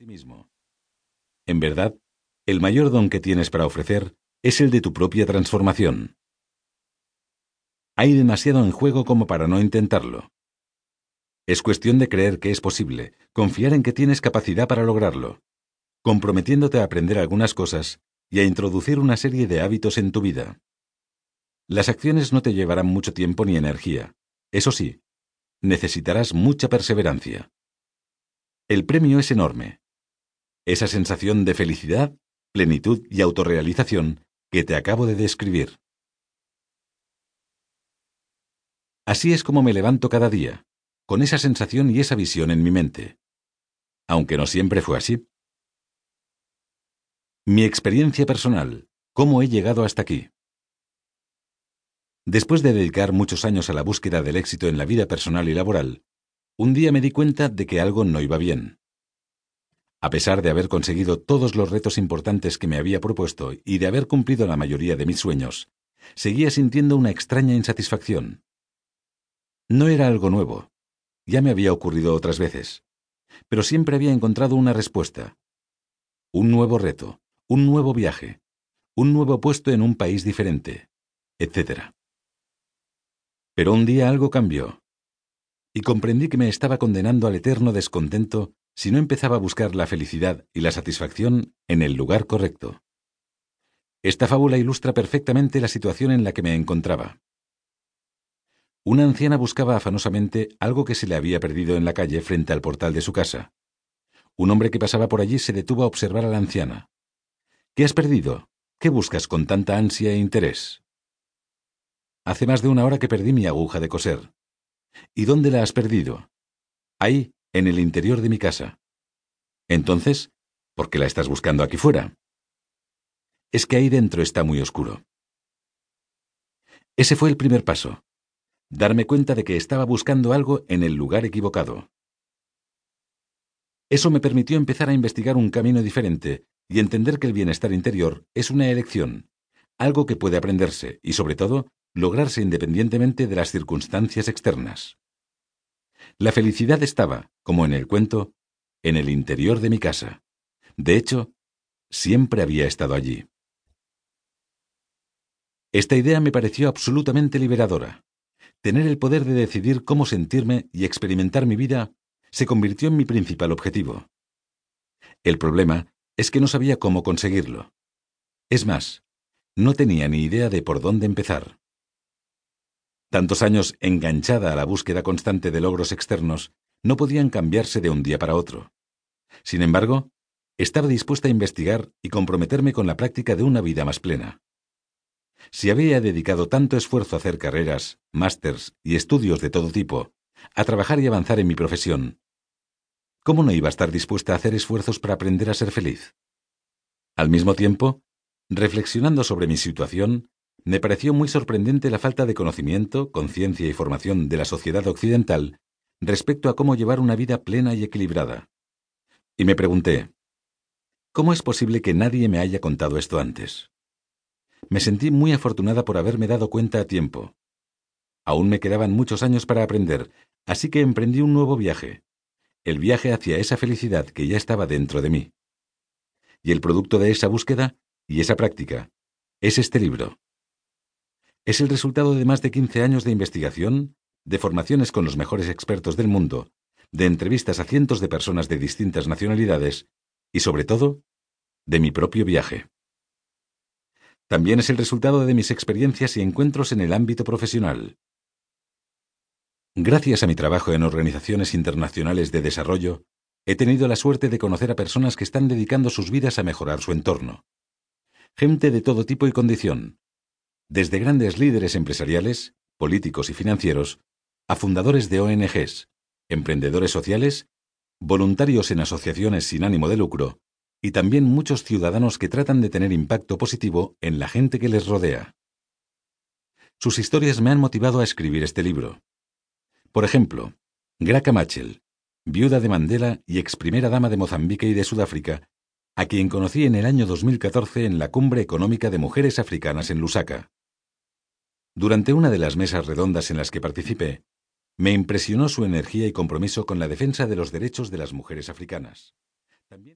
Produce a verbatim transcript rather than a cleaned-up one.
mismo. En verdad, el mayor don que tienes para ofrecer es el de tu propia transformación. Hay demasiado en juego como para no intentarlo. Es cuestión de creer que es posible, confiar en que tienes capacidad para lograrlo, comprometiéndote a aprender algunas cosas y a introducir una serie de hábitos en tu vida. Las acciones no te llevarán mucho tiempo ni energía. Eso sí, necesitarás mucha perseverancia. El premio es enorme. Esa sensación de felicidad, plenitud y autorrealización que te acabo de describir. Así es como me levanto cada día, con esa sensación y esa visión en mi mente. Aunque no siempre fue así. Mi experiencia personal, cómo he llegado hasta aquí. Después de dedicar muchos años a la búsqueda del éxito en la vida personal y laboral, un día me di cuenta de que algo no iba bien. A pesar de haber conseguido todos los retos importantes que me había propuesto y de haber cumplido la mayoría de mis sueños, seguía sintiendo una extraña insatisfacción. No era algo nuevo, ya me había ocurrido otras veces, pero siempre había encontrado una respuesta. Un nuevo reto, un nuevo viaje, un nuevo puesto en un país diferente, etcétera. Pero un día algo cambió, y comprendí que me estaba condenando al eterno descontento si no empezaba a buscar la felicidad y la satisfacción en el lugar correcto. Esta fábula ilustra perfectamente la situación en la que me encontraba. Una anciana buscaba afanosamente algo que se le había perdido en la calle frente al portal de su casa. Un hombre que pasaba por allí se detuvo a observar a la anciana. ¿Qué has perdido? ¿Qué buscas con tanta ansia e interés? Hace más de una hora que perdí mi aguja de coser. ¿Y dónde la has perdido? Ahí, en el interior de mi casa. Entonces, ¿por qué la estás buscando aquí fuera? Es que ahí dentro está muy oscuro. Ese fue el primer paso. Darme cuenta de que estaba buscando algo en el lugar equivocado. Eso me permitió empezar a investigar un camino diferente y entender que el bienestar interior es una elección, algo que puede aprenderse y, sobre todo, lograrse independientemente de las circunstancias externas. La felicidad estaba, como en el cuento, en el interior de mi casa. De hecho, siempre había estado allí. Esta idea me pareció absolutamente liberadora. Tener el poder de decidir cómo sentirme y experimentar mi vida se convirtió en mi principal objetivo. El problema es que no sabía cómo conseguirlo. Es más, no tenía ni idea de por dónde empezar. Tantos años enganchada a la búsqueda constante de logros externos no podían cambiarse de un día para otro. Sin embargo, estaba dispuesta a investigar y comprometerme con la práctica de una vida más plena. Si había dedicado tanto esfuerzo a hacer carreras, másters y estudios de todo tipo, a trabajar y avanzar en mi profesión, ¿cómo no iba a estar dispuesta a hacer esfuerzos para aprender a ser feliz? Al mismo tiempo, reflexionando sobre mi situación, me pareció muy sorprendente la falta de conocimiento, conciencia y formación de la sociedad occidental respecto a cómo llevar una vida plena y equilibrada. Y me pregunté, ¿cómo es posible que nadie me haya contado esto antes? Me sentí muy afortunada por haberme dado cuenta a tiempo. Aún me quedaban muchos años para aprender, así que emprendí un nuevo viaje, el viaje hacia esa felicidad que ya estaba dentro de mí. Y el producto de esa búsqueda y esa práctica es este libro. Es el resultado de más de quince años de investigación, de formaciones con los mejores expertos del mundo, de entrevistas a cientos de personas de distintas nacionalidades y, sobre todo, de mi propio viaje. También es el resultado de mis experiencias y encuentros en el ámbito profesional. Gracias a mi trabajo en organizaciones internacionales de desarrollo, he tenido la suerte de conocer a personas que están dedicando sus vidas a mejorar su entorno. Gente de todo tipo y condición, desde grandes líderes empresariales, políticos y financieros, a fundadores de O N Ges, emprendedores sociales, voluntarios en asociaciones sin ánimo de lucro, y también muchos ciudadanos que tratan de tener impacto positivo en la gente que les rodea. Sus historias me han motivado a escribir este libro. Por ejemplo, Graca Machel, viuda de Mandela y ex primera dama de Mozambique y de Sudáfrica, a quien conocí en el año dos mil catorce en la Cumbre Económica de Mujeres Africanas en Lusaka. Durante una de las mesas redondas en las que participé, me impresionó su energía y compromiso con la defensa de los derechos de las mujeres africanas. También